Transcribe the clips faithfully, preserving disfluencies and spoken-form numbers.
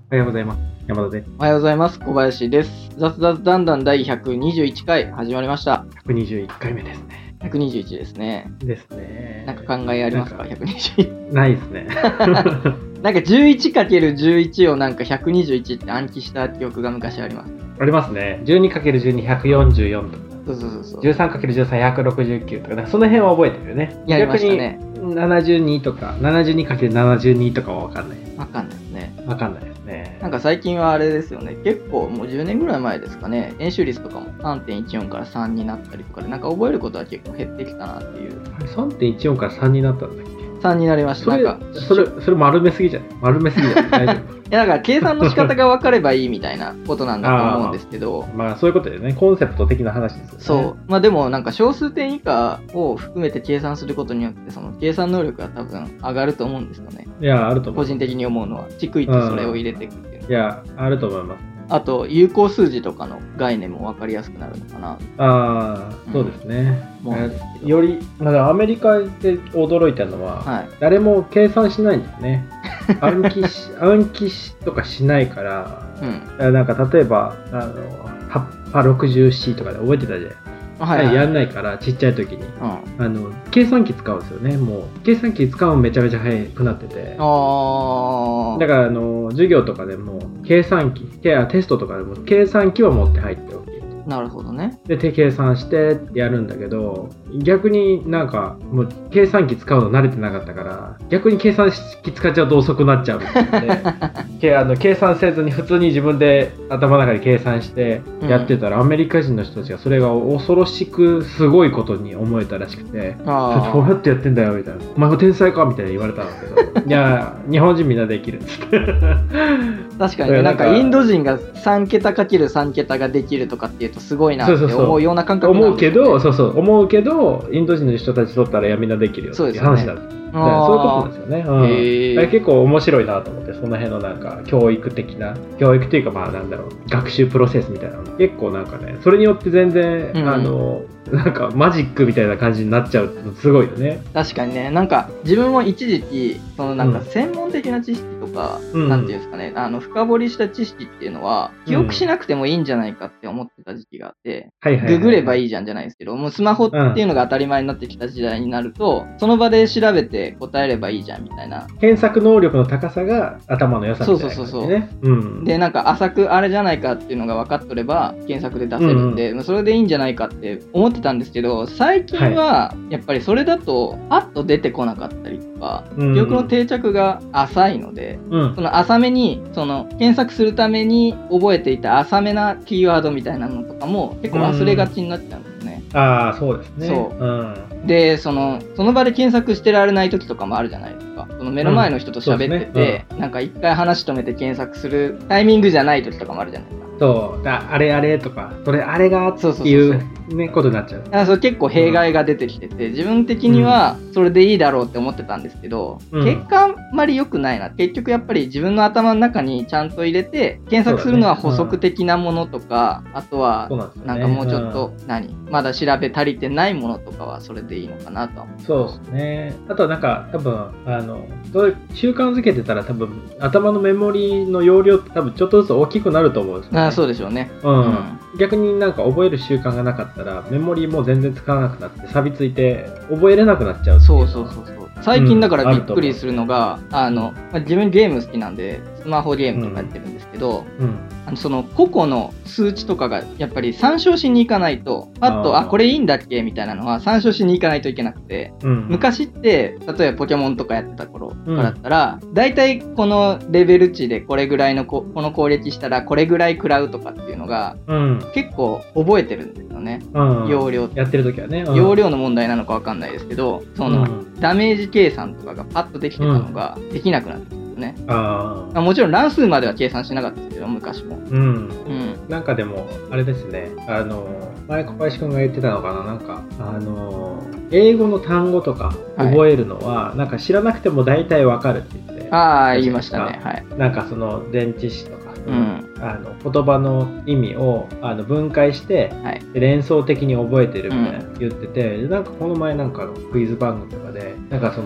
おはようございます。山田です。 おはようございます。小林です。雑雑談談第ひゃくにじゅういっかい始まりました。 ひゃくにじゅういっかいめですね。 ひゃくにじゅういちですね。 ですね。 なんか考えありますか ?ひゃくにじゅういち。 ないですね。 なんか じゅういちかけるじゅういち をなんかひゃくにじゅういちって暗記した記憶が昔あります。 ありますね。じゅうにかけるじゅうに、ひゃくよんじゅうよんとか。 そうそうそうそう。 じゅうさんかけるじゅうさん、ひゃくろくじゅうきゅうとか、なんかその辺は覚えてるよね。 やりましたね。 逆にななじゅうにとか、ななじゅうにかけるななじゅうにとかはわかんない。 わかんないですね。 わかんないですね。 なんか最近はあれですよね。結構もうじゅうねんぐらい前ですかね。円周率とかも さんてんいちよん からさんになったりとかで、なんか覚えることは結構減ってきたなっていう。 あれ さんてんいちよん からさんになったんだっけ？ さんになりました。 それ、 なんかそれ、それ丸めすぎじゃない丸めすぎじゃない大丈夫いやだから計算の仕方が分かればいいみたいなことなんだと思うんですけどまあそういうことだよね。コンセプト的な話ですよね。 そうまあでもなんか小数点以下を含めて計算することによってその計算能力が多分上がると思うんですよね。 いやあると思う。 個人的に思うのは逐一それを入れていくっていうの、 いやあると思います。 あと有効数字とかの概念も分かりやすくなるのかな。 ああ、そうですね。 うん、 えー、より、まあ、アメリカで驚いたのは、 はい、誰誰も計算しないんですね。暗記し暗記しとかしないから、うん、なんか例えばあのはっぱろくじゅうよんとかで覚えてたじゃん。はいはい、やんないからちっちゃい時に、うん、あの計算機使うんですよね。もう計算機使うのめちゃめちゃ早くなってて、あだからあの授業とかでも計算機テストとかでも計算機は持って入っておき。 なるほどね。 で手計算してやるんだけど、逆になんかもう計算機使うの慣れてなかったから逆に計算機使っちゃうと遅くなっちゃうのであの計算せずに普通に自分で頭の中で計算してやってたら、うん、アメリカ人の人たちがそれが恐ろしくすごいことに思えたらしくて、あどうやってやってんだよみたいな、お前も天才かみたいに言われたんだけどいや日本人みんなできるっつって確かにね、なんかインド人がさんけたかけるさんけたができるとかっていうとすごいなって思うような感覚なんですよね。 思うけど、そうそう思うけどインド人の人たちとったらいやみんなできるよっていう話だった。そういうことなんですよね。うん、結構面白いなと思って、その辺のなんか教育的な教育というかまあなんだろう学習プロセスみたいなの結構なんかね、それによって全然、うん、あのなんかマジックみたいな感じになっちゃうのすごいよね。 確かにね、なんか自分も一時期そのなんか専門的な知識とか、うん、なんていうんですかね、あの深掘りした知識っていうのは記憶しなくてもいいんじゃないかって思ってた時期があって、うん、ググればいいじゃんじゃないですけど、もうスマホっていうのが当たり前になってきた時代になると、その場で調べて答えればいいじゃんみたいな、 検索能力の高さが頭の良さみたいな感じでね。そうそうそうそう、うん、 でなんか浅くあれじゃないかっていうのが分かっとれば検索で出せるんで、うん、それでいいんじゃないかって思ってたんですけど、最近はやっぱりそれだとパッと出てこなかったりとか、うん、記憶の定着が浅いので、うん、その浅めにその検索するために覚えていた浅めなキーワードみたいなのとかも結構忘れがちになっちゃうんですね。 うん、ああそうですね。 そう、うんでそのその場で検索してられない時とかもあるじゃないですか。その目の前の人と喋ってて、うんねうん、なんか一回話止めて検索するタイミングじゃない時とかもあるじゃないですか。 そうだあれあれとかそれあれがっていうねことになっちゃう。 あそれ結構弊害が出てきてて、うん、自分的にはそれでいいだろうって思ってたんですけど、うん、結果あんまり良くないな。結局やっぱり自分の頭の中にちゃんと入れて検索するのは補足的なものとか、ねうん、あとはなんかもうちょっと、うん、何まだ調べ足りてないものとかはそれでいいのかなとは思う。 そうですね。あとはなんか多分あのどう習慣づけてたら多分頭のメモリの容量って多分ちょっとずつ大きくなると思うんですよね。 あそうでしょうね。 うんうん、逆になんか覚える習慣がなかったらメモリも全然使わなくなって錆びついて覚えれなくなっちゃう。 そうそうそうそう。最近だからびっくりするのが、うん、あの、まあ、自分ゲーム好きなんでスマホゲームとかやってるんですけど、うんうん、あのその個々の数値とかがやっぱり参照しに行かないとパッと あ, あこれいいんだっけみたいなのは参照しに行かないといけなくて、うん、昔って例えばポケモンとかやってた頃とかだったら、うん、だいたいこのレベル値でこれぐらいのここの攻撃したらこれぐらい食らうとかっていうのが、うん、結構覚えてるんですよね、うん、容量やってる時はね、 うん、容量の問題なのか分かんないですけどその、うん、ダメージ計算とかがパッとできてたのができなくなってね、ああもちろん乱数までは計算しなかったですけど昔も、うんうん、なんかでもあれですね、あの前小林くんが言ってたのかな、なんかあの英語の単語とか覚えるのは、はい、なんか知らなくても大体わかるって言って、 ああ言いましたね、はい、 なんかその前置詞とか、うん、あの言葉の意味をあの分解して、はい、連想的に覚えてるみたいな言ってて、うん、なんかこの前なんかのクイズ番組とかでなんかその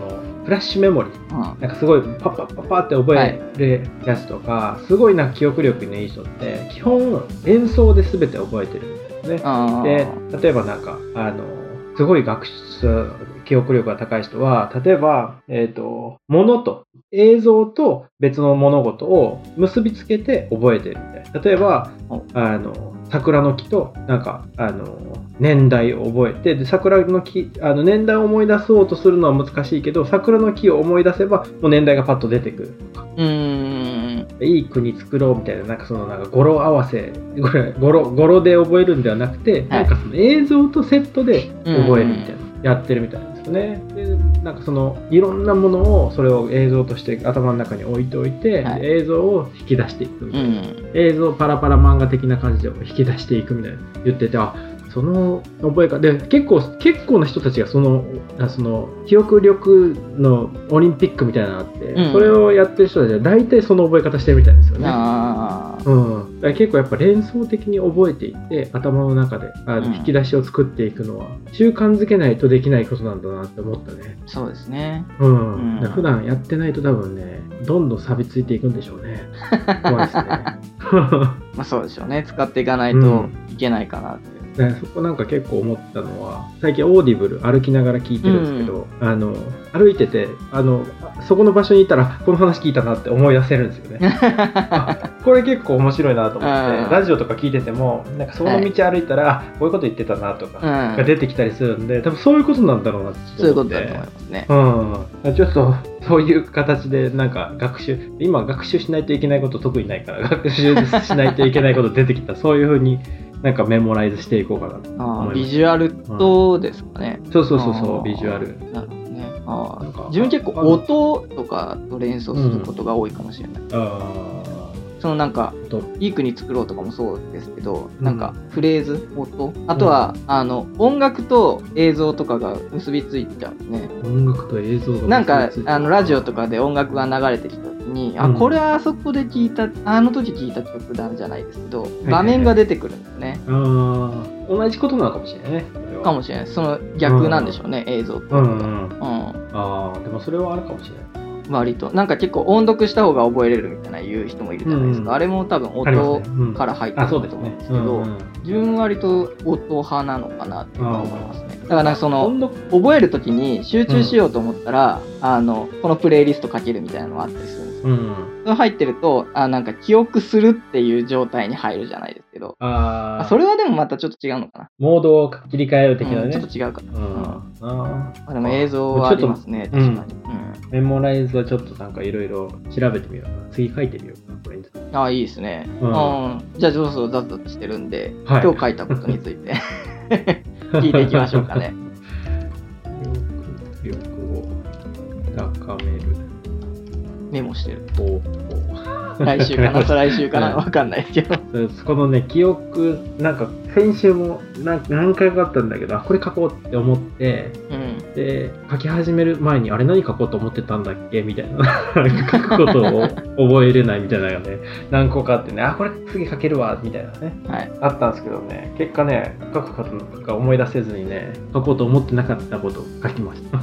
フラッシュメモリー、うん、なんかすごいパッパッパッパって覚えるやつとか、はい、すごいなんか記憶力のいい人って基本演奏で全て覚えてるんですね。で例えばなんかあのすごい学習記憶力が高い人は例えば、えーと、物と映像と別の物事を結びつけて覚えてるみたいな。例えばあの桜の木となんかあの年代を覚えて、で桜の木あの年代を思い出そうとするのは難しいけど、桜の木を思い出せばもう年代がパッと出てくるとか、うーんいい国作ろうみたいな、なんかそのなんか語呂合わせ語呂語呂で覚えるんではなくて、はい、なんかその映像とセットで覚えるみたいなやってるみたいなんですよね。でなんかそのいろんなものをそれを映像として頭の中に置いておいて、はい、映像を引き出していくみたいな、うん、映像パラパラ漫画的な感じで引き出していくみたいな言ってて、あその覚え方で結構結構な人たちがそのその記憶力のオリンピックみたいなのがあって、うん、それをやってる人たちは大体その覚え方してるみたいですよね。あ、うん、だから結構やっぱ連想的に覚えていって頭の中であの引き出しを作っていくのは習慣づけないとできないことなんだなって思ったね。 そうですね、 うんうん、普段やってないと多分ねどんどん錆びついていくんでしょうね。怖いですね。 まあそうでしょうね、使っていかないといけないかなって、うんね、そこなんか結構思ったのは最近オーディブル歩きながら聞いてるんですけど、うん、あの歩いててあのそこの場所にいたらこの話聞いたなって思い出せるんですよね。これ結構面白いなと思ってラジオとか聞いててもなんかそこの道歩いたら、はい、こういうこと言ってたなとかが出てきたりするんで、多分そういうことなんだろうなってそういうことだと思いますね、 うん、ちょっとそういう形でなんか学習今学習しないといけないこと特にないから学習しないといけないこと出てきたそういう風になんかメモライズしていこうかなと思います。 あビジュアルとですかね、 うん、そうそうそうそうビジュアル。 なるほどね。あ自分結構音とかと連想することが多いかもしれない。うん、あそのなんかいい国作ろうとかもそうですけど、うん、なんかフレーズ音あとは、うん、あの音楽と映像とかが結びついちゃうんですね。 音楽と映像が結びついちゃう。 なんかあのラジオとかで音楽が流れてきたに、あこれはあそこで聞いたあの時聞いた曲なんじゃないですけど、場面が出てくるんですね。 はいはいはい、あ同じことなのかもしれないね。 かもしれない。その逆なんでしょうね、映像と、うんうんうん、あでもそれはあるかもしれない。 割となんか結構音読した方が覚えれるみたいな言う人もいるじゃないですか、うん、あれも多分音から入ってると思うんですけど、自分割と音派なのかなって思いますね。だからなんかその覚えるときに集中しようと思ったら、うん、あのこのプレイリストかけるみたいなのがあったりするんですよ、うん、それ入ってるとあなんか記憶するっていう状態に入るじゃないですけど、ああそれはでもまたちょっと違うのかな、 モードを切り替える的なね、うん、 ちょっと違うかな、うんうん、 ああでも映像はありますね、確かに、うん、 メモライズはちょっとなんかいろいろ調べてみようかな。次書いてみようかな、これに。 ああ、いいですね。うん。うん、じゃあ、そうそう、ざっとしてるんで、はい、今日書いたことについて聞いていきましょうかね。 記憶力を高める。 メモしてる。 ほうほう来週かな、再来週かな、わかんないですけど。 このね、記憶、なんか先週も何回かあったんだけど、これ書こうって思って、うん、で、書き始める前に、あれ何書こうと思ってたんだっけみたいな、書くことを覚えれないみたいなのがね、何個かあってね、あ、これ次書けるわ、みたいなね、はい、あったんですけどね、結果ね、書くことが思い出せずにね、書こうと思ってなかったことを書きました。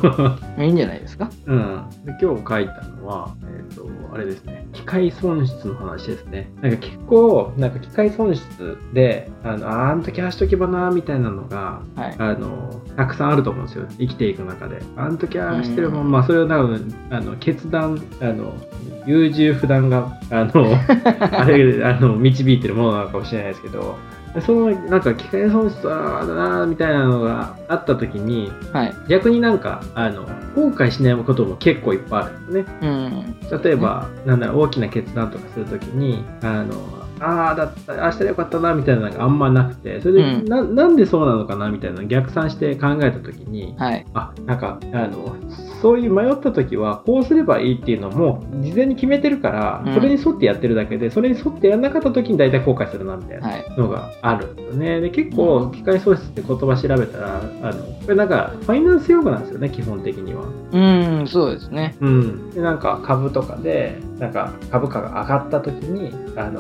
いいんじゃないですか。 うん。で今日書いたのは、えっと、あれですね、機械損失の話ですね。なんか結構、なんか機械損失で、あの、あの時ああしとけばな、みたいなのが、はい、あの、たくさんあると思うんですよ。生きていく中で。あの時ああしてるもん、まあ、それを多分、あの、決断、あの、優柔不断が、あの、あれ、あの、導いてるものなのかもしれないですけど、そのなんか機械損失だなみたいなのがあった時に、はい、逆になんかあの後悔しないことも結構いっぱいあるんですね、うん、例えば、うん、なんだろう大きな決断とかする時にあのああだったああしたらよかったなみたいなのがあんまなくて、それで、うん、な, なんでそうなのかなみたいなのを逆算して考えた時に、はい、あなんかあのそういう迷った時はこうすればいいっていうのも事前に決めてるから、うん、それに沿ってやってるだけでそれに沿ってやらなかった時に大体後悔するなみたいなのがあるんですよね。で結構機械損失って言葉調べたらあのこれなんかファイナンス用語なんですよね、基本的には。 うんそうですね、 うん、でなんか株とかでなんか株価が上がった時にあのあ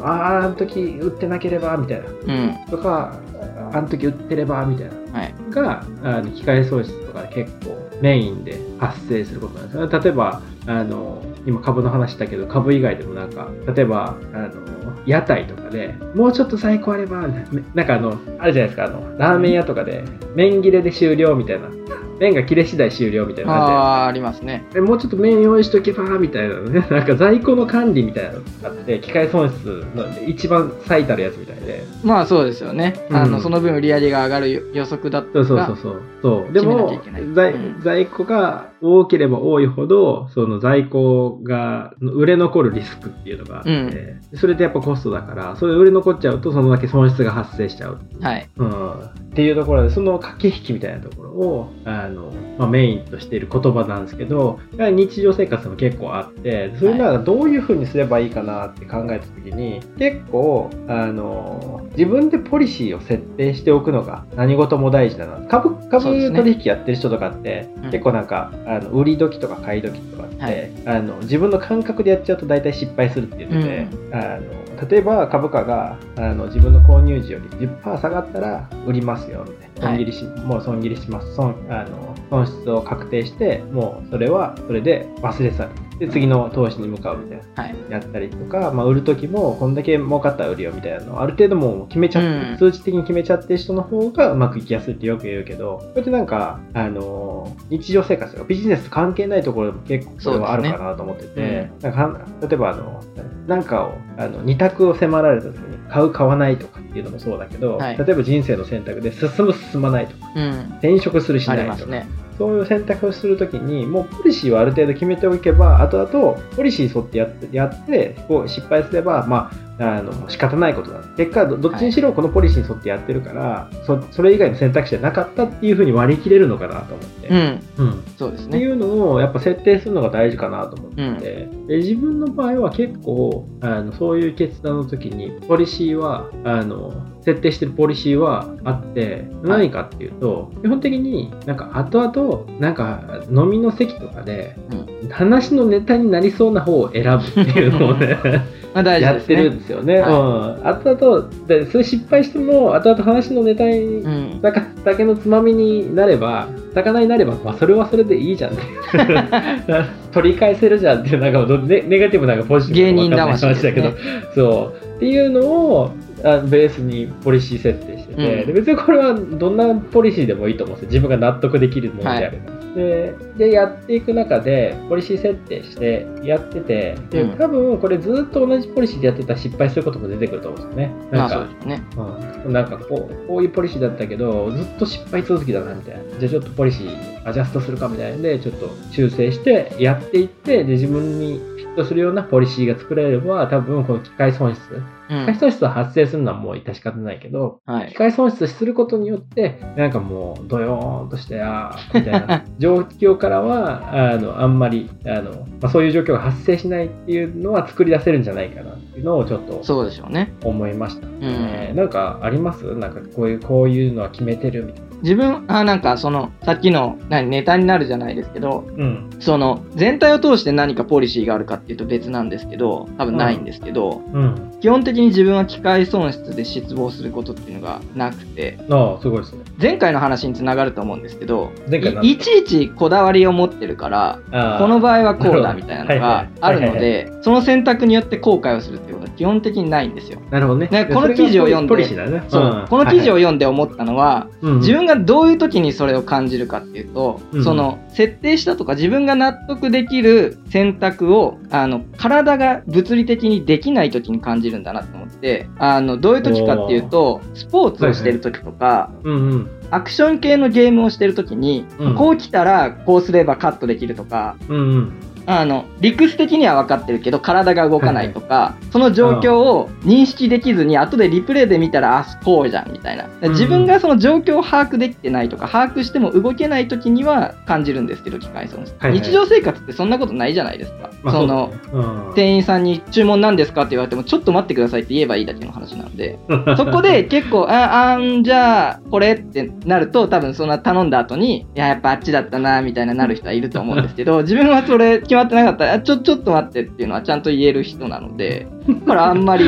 の時打ってなければみたいな、 うん、 とかあの時打ってればみたいな、はい、があの機械損失とかで結構メインで発生することなんですよ。例えばあの今株の話だけど、株以外でもなんか例えばあの屋台とかでもうちょっと在庫あればなんかあのあるじゃないですか、あのラーメン屋とかで麺切れで終了みたいな、麺が切れ次第終了みたいな感じで、 あありますね。 もうちょっと麺用意しとけばみたいなね、なんか在庫の管理みたいなのがあって、機械損失の一番最たるやつみたいで、 まあそうですよね、うん、あのその分売り上げが上がる予測だったら、 そうそうそうそうでも、在、うん、在庫が多ければ多いほどその在庫が売れ残るリスクっていうのがあって、うん、それでやっぱコストだから、それ売れ残っちゃうとそのだけ損失が発生しちゃう、 はいうん、っていうところで、その駆け引きみたいなところをあの、まあ、メインとしている言葉なんですけど、日常生活でも結構あって、それならどういうふうにすればいいかなって考えた時に、はい、結構あの自分でポリシーを設定しておくのが何事も大事だな。株株取引やってる人とかって、ね、結構なんか、うん、あの売り時とか買い時とかって、はい、あの自分の感覚でやっちゃうと大体失敗するっていうので、うん、あの例えば株価があの自分の購入時より じゅっパーセント 下がったら売りますよみたいな、損切りし、はい、もう損切りします、損あの損失を確定して、もうそれはそれで忘れ去る。で次の投資に向かうみたいな、はい、やったりとか、まあ、売る時もこんだけ儲かったら売るよみたいなのをある程度もう決めちゃって、うん、数値的に決めちゃってる人の方がうまくいきやすいってよく言うけど、こうやってなんか、あのー、日常生活とかビジネスと関係ないところでも結構これはあるかなと思ってて、ね、うん、なんか例えばあのなんかをあのに択を迫られた時に買う買わないとかっていうのもそうだけど、はい、例えば人生の選択で進む進まないとか、うん、転職するしないとか、そういう選択をするときにもうポリシーをある程度決めておけば、後々ポリシー沿ってやって、やってこう失敗すれば、まああの仕方ないことだ。結果 ど, どっちにしろこのポリシーに沿ってやってるから、はい、そ, それ以外の選択肢はなかったっていうふうに割り切れるのかなと思って、 うんうん、そうですね。 っていうのをやっぱ設定するのが大事かなと思って、うん、で自分の場合は結構あのそういう決断の時にポリシーはあの設定してるポリシーはあって、何かっていうと、はい、基本的になんか後々なんか飲みの席とかで、うん、話のネタになりそうな方を選ぶっていうのをねまあ大事ですね、やってるんですよね。はい、うん、後々でそれ失敗しても後々話のネタに、うん、だ, だけのつまみになれば魚になれば、まあ、それはそれでいいじゃんって取り返せるじゃんっていう、なんかネ, ネガティブなポジティブな話だけど、ね、そうっていうのをあベースにポリシー設定してて、うん、で別にこれはどんなポリシーでもいいと思うんですよ、自分が納得できるものであれば、はい、で, でやっていく中でポリシー設定してやってて、で多分これずっと同じポリシーでやってたら失敗することも出てくると思うんですよね。なんか、まあそうですね、うん、なんかこう、こういうポリシーだったけどずっと失敗続きだなみたいな、じゃあちょっとポリシーアジャストするかみたいなんでちょっと修正してやっていって、で自分にフィットするようなポリシーが作れれば、多分この機械損失機械損失が発生するのはもう致し方ないけど、はい、機械損失することによってなんかもうドヨーンとしてあーみたいな状況からはあのあんまりあの、まあ、そういう状況が発生しないっていうのは作り出せるんじゃないかなっていうのをちょっとそうでしょうね思いました、ね、うん、なんかあります？なんかこういうこういうのは決めてるみたいな。 自分はなんかそのさっきの何ネタになるじゃないですけど、うん、その全体を通して何かポリシーがあるかっていうと別なんですけど、多分ないんですけど、うんうん、基本的に自分は機械損失で失望することっていうのがなくて、 ああすごいですね。 前回の話につながると思うんですけど、い, いちいちこだわりを持ってるからこの場合はこうだみたいなのがあるので、その選択によって後悔をするっていうことは基本的にないんですよ。 なるほどね。 ね、この記事を読んで、ね、そう、うん、この記事を読んで思ったのは、はいはい、自分がどういう時にそれを感じるかっていうと、うん、その設定したとか自分が納得できる選択をあの体が物理的にできない時に感じるんだなと思って、あのどういう時かっていうと、スポーツをしてる時とか、はいはい、うんうん、アクション系のゲームをしてる時に、うん、こう来たらこうすればカットできるとか、うんうん、あの理屈的には分かってるけど体が動かないとか、はいはい、その状況を認識できずに後でリプレイで見たらあこうじゃんみたいな、自分がその状況を把握できてないとか把握しても動けない時には感じるんですけど、機械損失、はいはい、日常生活ってそんなことないじゃないですか、まあ、そのそ、ね、うん、店員さんに注文なんですかって言われてもちょっと待ってくださいって言えばいいだけの話なのでそこで結構ああんじゃあこれってなると、多分そんな頼んだ後にいややっぱあっちだったなみたいななる人はいると思うんですけど自分はそれ決まってなかったらちょちょっと待ってっていうのはちゃんと言える人なので、だからあんまり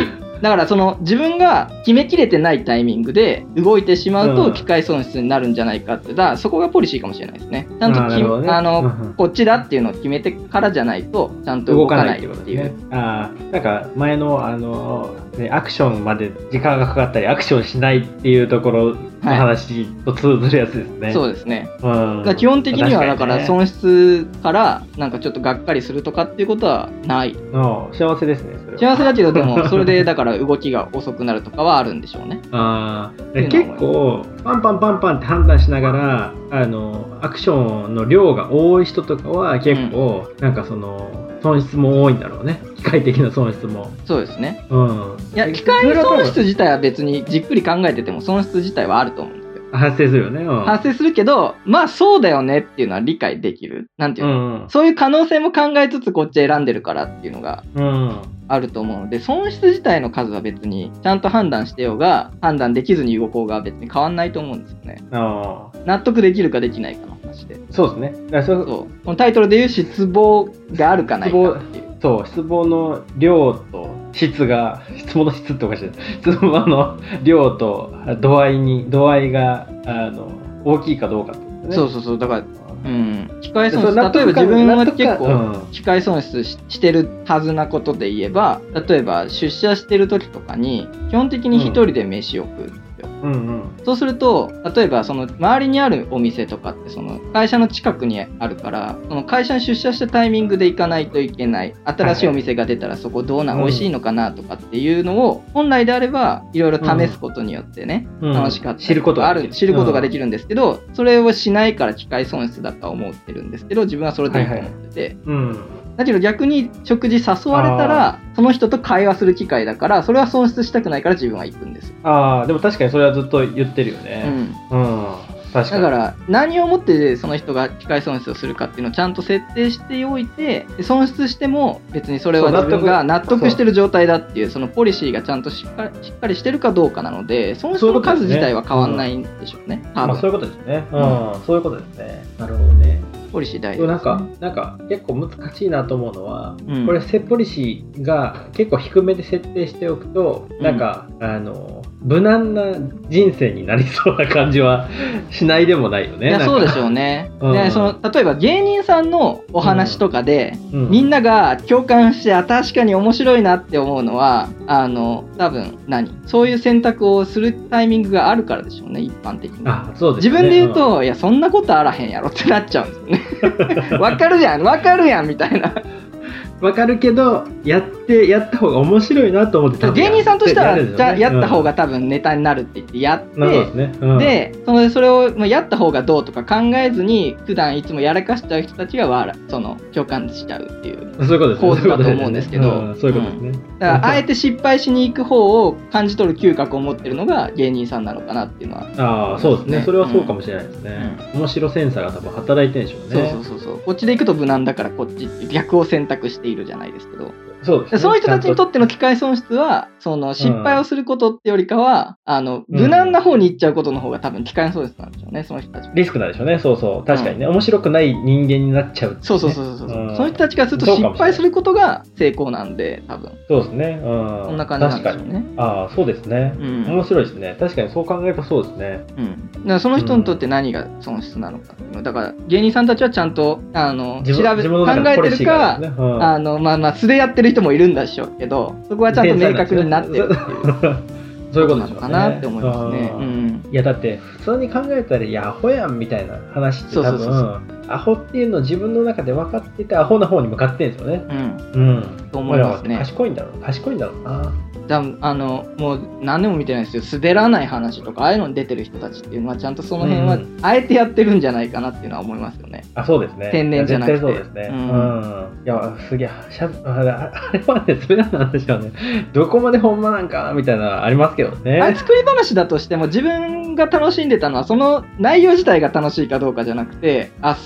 だからその自分が決めきれてないタイミングで動いてしまうと機械損失になるんじゃないかって、だからそこがポリシーかもしれないですね。ちゃんとき、ね、あの、うん、こっちだっていうのを決めてからじゃないとちゃんと動かないっていう。動かないっていうことですね。 ああ、なんか前のあの、ね、アクションまで時間がかかったりアクションしないっていうところの話と通ずるやつですね。 はい、そうですね。うん、だから基本的にはだから損失からなんかちょっとがっかりするとかっていうことはない。 幸せですね。それは幸せだけど、でもそれでだから動きが遅くなるとかはあるんでしょうね。 あ結構パンパンパンパンって判断しながらあのアクションの量が多い人とかは結構、うん、なんかその損失も多いんだろうね。機械的な損失も。 そうですね。 うん。 いや、機械損失自体は別にじっくり考えてても損失自体はあると思うんですよ。 発生するよね。うん、 発生するけど、まあそうだよねっていうのは理解できる。なんていうの、うんうん、そういう可能性も考えつつこっち選んでるからっていうのがあると思うので、損失自体の数は別にちゃんと判断してようが、判断できずに動こうが別に変わんないと思うんですよね。 あ納得できるかできないかの話で。 そうですね。だそうそうこのタイトルでいう失望があるかないかっていう。 そう、失望の量と質が、失望の質っておかしいです。失望の量と度合いに、度合いがあの大きいかどうかってことね。 そうそうそう、だから、うん、機械損失、例えば自分は結構機械損失 し, してるはずなことで言えば、例えば出社してる時とかに基本的に一人で飯を食う。 うんうん、 そうすると例えばその周りにあるお店とかってその会社の近くにあるからその会社に出社したタイミングで行かないといけない新しいお店が出たらそこどうなん、はいはい、美味しいのかなとかっていうのを本来であればいろいろ試すことによってね、うん、楽しかったり知ることがある知ることができるんですけど、うん、それをしないから機械損失だとは思ってるんですけど自分はそれでいいと思ってて、はいはいうんだけど逆に食事誘われたらその人と会話する機会だからそれは損失したくないから自分は行くんですよ。 ああでも確かにそれはずっと言ってるよね。うん、うん、確かに。 だから何をもってその人が機械損失をするかっていうのをちゃんと設定しておいて損失しても別にそれは自分が納得してる状態だっていうそのポリシーがちゃんとしっかり、しっかりしてるかどうかなので損失の数自体は変わんないんでしょうね。 そういうことですね。うん、まあ、そういうことですね。うん、うん、そういうことですね。なるほどね。 ポリシー大事ですね。 なんか、なんか結構難しいなと思うのは、うん、これポリシーが結構低めで設定しておくと、うん、なんかあの無難な人生になりそうな感じはしないでもないよね。 いやそうでしょうね。うん、でその例えば芸人さんのお話とかで、うん、みんなが共感してあ確かに面白いなって思うのはあの多分何そういう選択をするタイミングがあるからでしょうね一般的に。 あそうですね、 自分で言うと、うん、いやそんなことあらへんやろってなっちゃうんですよね。わかるやんわかるやんみたいな。 わかるけどやってやった方が面白いなと思って芸人さんとしてはじゃあやった方が多分ネタになるって言ってやって、うんねうん、でそのそれをやった方がどうとか考えずに普段いつもやらかしちゃう人たちがわらその共感しちゃうっていう構図だと思うんですけどそういうことですね。 だからあえて失敗しに行く方を感じ取る嗅覚を持ってるのが芸人さんなのかなっていうのは、ね、 ああそうですねそれはそうかもしれないですね、うん、面白センサーが多分働いてるんでしょうね。 そうそうそうそうこっちで行くと無難だからこっちって逆を選択しているじゃないですけどそうですね、 その人たちにとっての機械損失はその失敗をすることってよりかは、うん、あの無難な方に行っちゃうことの方が多分機械損失なんでしょうねその人たちリスクなんでしょうね。そうそう確かにね、うん、面白くない人間になっちゃう、ね、 そうそうそうそう、うん、その人たちからすると失敗することが成功なんで多分そうですね、うん、 そんな感じなんでしょうね。 ああそうですね、うん、面白いですね。確かにそう考えるとそうですね、 うん、だからその人にとって何が損失なのかっていうのだから芸人さんたちはちゃんとあの調べ考えてるか、ねうん、あのまあまあ素でやってる人もいるんでしょうけどそこはちゃんと明確になってるっていうそういうことでしょうね。 かなって思いますね。うん、 いやだって普通に考えたらいやアホやんみたいな話って多分そうそうそうそうアホっていうのを自分の中で分かっててアホな方に向かってるんですよね。うん。うん。 と思いますね。 賢いんだろう。賢いんだろうな。 じゃあ、あのもう何年も見てないですけど滑らない話とかああいうのに出てる人たちっていうのはちゃんとその辺はあえてやってるんじゃないかなっていうのは思いますよね。 あそうですね。 天然じゃなくて。 そうですね。うん。うん、いやすげえしゃあれはね滑らない話はねどこまでほんまなんかみたいなありますけどね。 あれ作り話だとしても自分が楽しんでたのはその内容自体が楽しいかどうかじゃなくてあ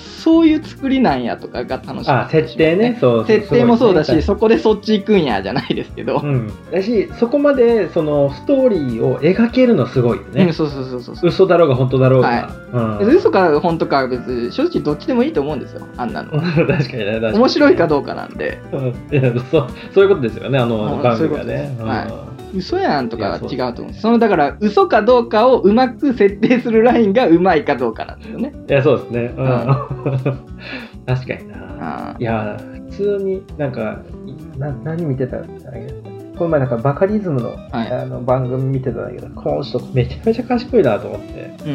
そういう作りなんやとかが楽しい、 あ、設定ね。そう。 設定もそうだし、ね、そこでそっち行くんやじゃないですけど。 うん。だし、そこまで、その、ストーリーを描けるのすごいよね。 うん、そうそうそうそうそう。 嘘だろうが本当だろうが。 はい。うん、嘘か本当か別に、正直どっちでもいいと思うんですよ、あんなの。 確かにね、確かに、ね。 面白いかどうかなんで。 うん。いや、そう、そういうことですよね、あの番組がね。 うん、はい。嘘やんとかは違うと思う。そのだから嘘かどうかをうまく設定するラインがうまいかどうかなんですよね。 いやそうですね。うん、確かにな。いや普通になんかな何見てたんだっけ。この前なんかバカリズムの、はい、あの番組見てたんだけど、この人めちゃめちゃ賢いなと思って。うん。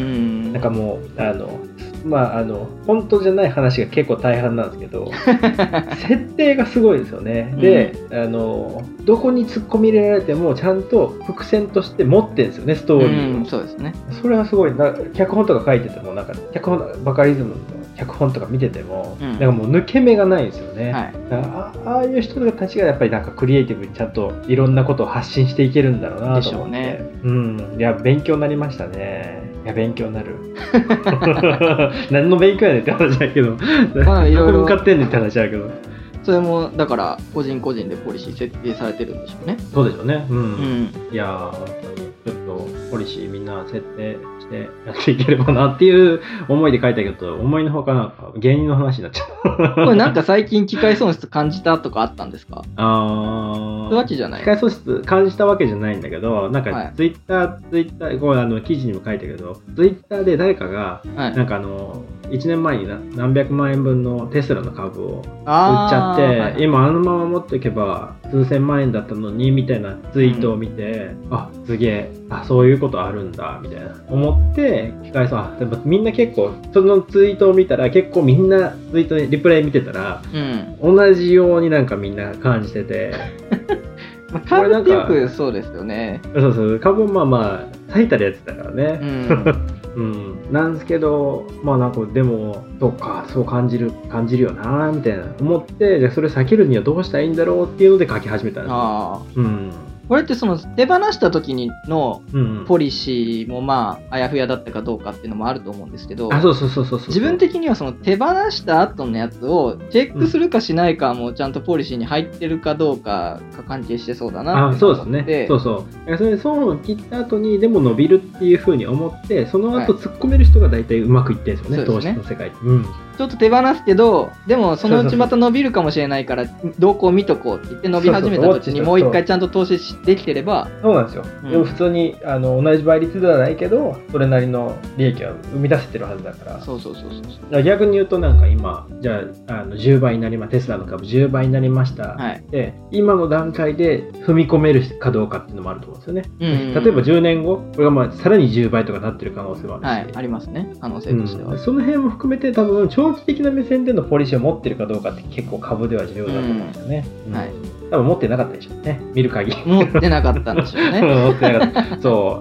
なんかもうあのまああの本当じゃない話が結構大半なんですけど設定がすごいですよね。で、うん、あのどこに突っ込み入れられてもちゃんと伏線として持ってるんですよね、ストーリーを。 うん、そうですね。それはすごいな。脚本とか書いててもなんか脚本バカリズムの脚本とか見てても、うん、なんかもう抜け目がないんですよね。はい、あ, ああいう人たちがやっぱりなんかクリエイティブにちゃんといろんなことを発信していけるんだろうなと思って。ね、うん。いや勉強になりましたね。いや勉強になる。何の勉強やねんって話だけど、まあいろいろ向かってんねんって話だけど。 それもだから個人個人でポリシー設定されてるんでしょうね。 そうでしょうね。うん。うん、いやー本当にちょっとポリシーみんな設定してやっていければなっていう思いで書いたけど、思いのほかなんか芸人の話になっちゃう。 これなんか最近機械損失感じたとかあったんですか？ あー。 そういうわけじゃない。 機械損失感じたわけじゃないんだけど、なんかツイッター、はい、ツイッター、こうあの記事にも書いたけど、ツイッターで誰かが、はい、なんかあのいちねんまえに何百万円分のテスラの株を売っちゃって、はい、今あのまま持っておけば数千万円だったのにみたいなツイートを見て、うん、あすげえ、あそういうことあるんだみたいな思って機械損失、みんな結構そのツイートを見たら結構みんなツイートにリプライ見てたら、うん、同じようになんかみんな感じてて。 まあ、株ってよくそうですよね。 そうそう、株もまあまあ最たるやつだからね。うん、うん、なんですけど、まあなんかでもそうか、そう感じる感じるよなみたいな思って、じゃあそれ避けるにはどうしたらいいんだろうっていうので書き始めたんですよ。あ、うん。 これってその手放した時にのポリシーもまああやふやだったかどうかっていうのもあると思うんですけど、 あ、そうそうそうそうそう、 自分的にはその手放した後のやつをチェックするかしないかもちゃんとポリシーに入ってるかどうかが関係してそうだなって思って。あ、そうですね。そうそう。 それで損を切った後にでも伸びるっていうふうに思って、その後突っ込める人が大体うまくいってるんですよね、はい、投資の世界って。うん。 ちょっと手放すけど、でもそのうちまた伸びるかもしれないから動向を見とこうって言って伸び始めた時にもう一回ちゃんと投資できてれば。 そうなんですよ。うん、でも普通にあの同じ倍率ではないけどそれなりの利益は生み出せてるはずだから。 そうそうそうそうそう。 逆に言うとなんか今じゃあ、あのじゅうばいになりまテスラの株じゅうばいになりました、はい、で今の段階で踏み込めるかどうかっていうのもあると思うんですよね。うんうんうん、例えばじゅうねんごこれがまあさらにじゅうばいとかなってる可能性もあるし、 はい、ありますね、可能性としては、 うん、その辺も含めて多分長期的な目線でのポリシーを持ってるかどうかって結構株では重要だと思うんですよね。うんうん、はい、多分持ってなかったでしょうね、見る限り。 持ってなかったんでしょうね。 持ってなかった。そう。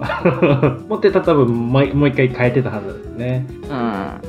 持ってたら多分もう一回変えてたはずですね。うん。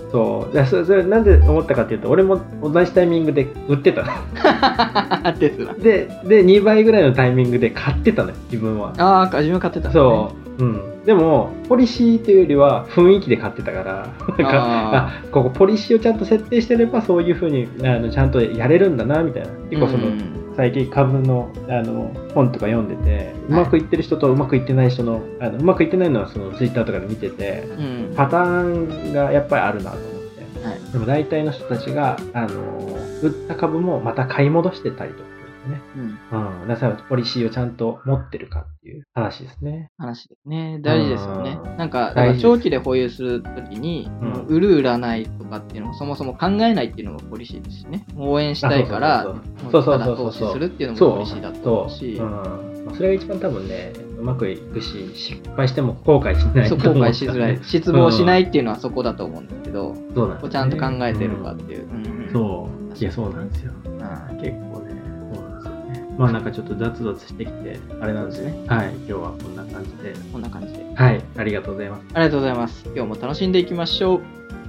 そう。それ、それなんで思ったかっていうと、俺も同じタイミングで売ってた。 テスラ。 で、で、にばいぐらいのタイミングで買ってたのよ、自分は。 ああ、自分買ってた、ね。 そう。うん。でも、ポリシーというよりは雰囲気で買ってたから、ああここポリシーをちゃんと設定してれば、そういうふうにあのちゃんとやれるんだな、みたいな。結構その、うん、最近株のあの本とか読んでて、うまくいってる人とうまくいってない人の、あのうまくいってないのはそのツイッターとかで見てて、うん、パターンがやっぱりあるなと思って、はい、でも大体の人たちがあの売った株もまた買い戻してたりとかね、うんうん、だからポリシーをちゃんと持ってるかっていう話ですね。 話ですね。大事ですよね。なんか、だから長期で保有するときに、うん、売る売らないとかっていうのもそもそも考えないっていうのもポリシーですしね。応援したいから、ただ投資するっていうのもポリシーだと思うし。 それが一番多分ね、うまくいくし、失敗しても後悔しないと思う、ね。後悔しづらい。失望しないっていうのはそこだと思うんですけど、そうなんですね、ちゃんと考えてるかっていう。うんうん、そう。いや、そうなんですよ。うん、結構ね。まあなんかちょっと雑々してきてあれなんですね。はい、今日はこんな感じで。 こんな感じで。 はい、ありがとうございます。 ありがとうございます。今日も楽しんでいきましょう。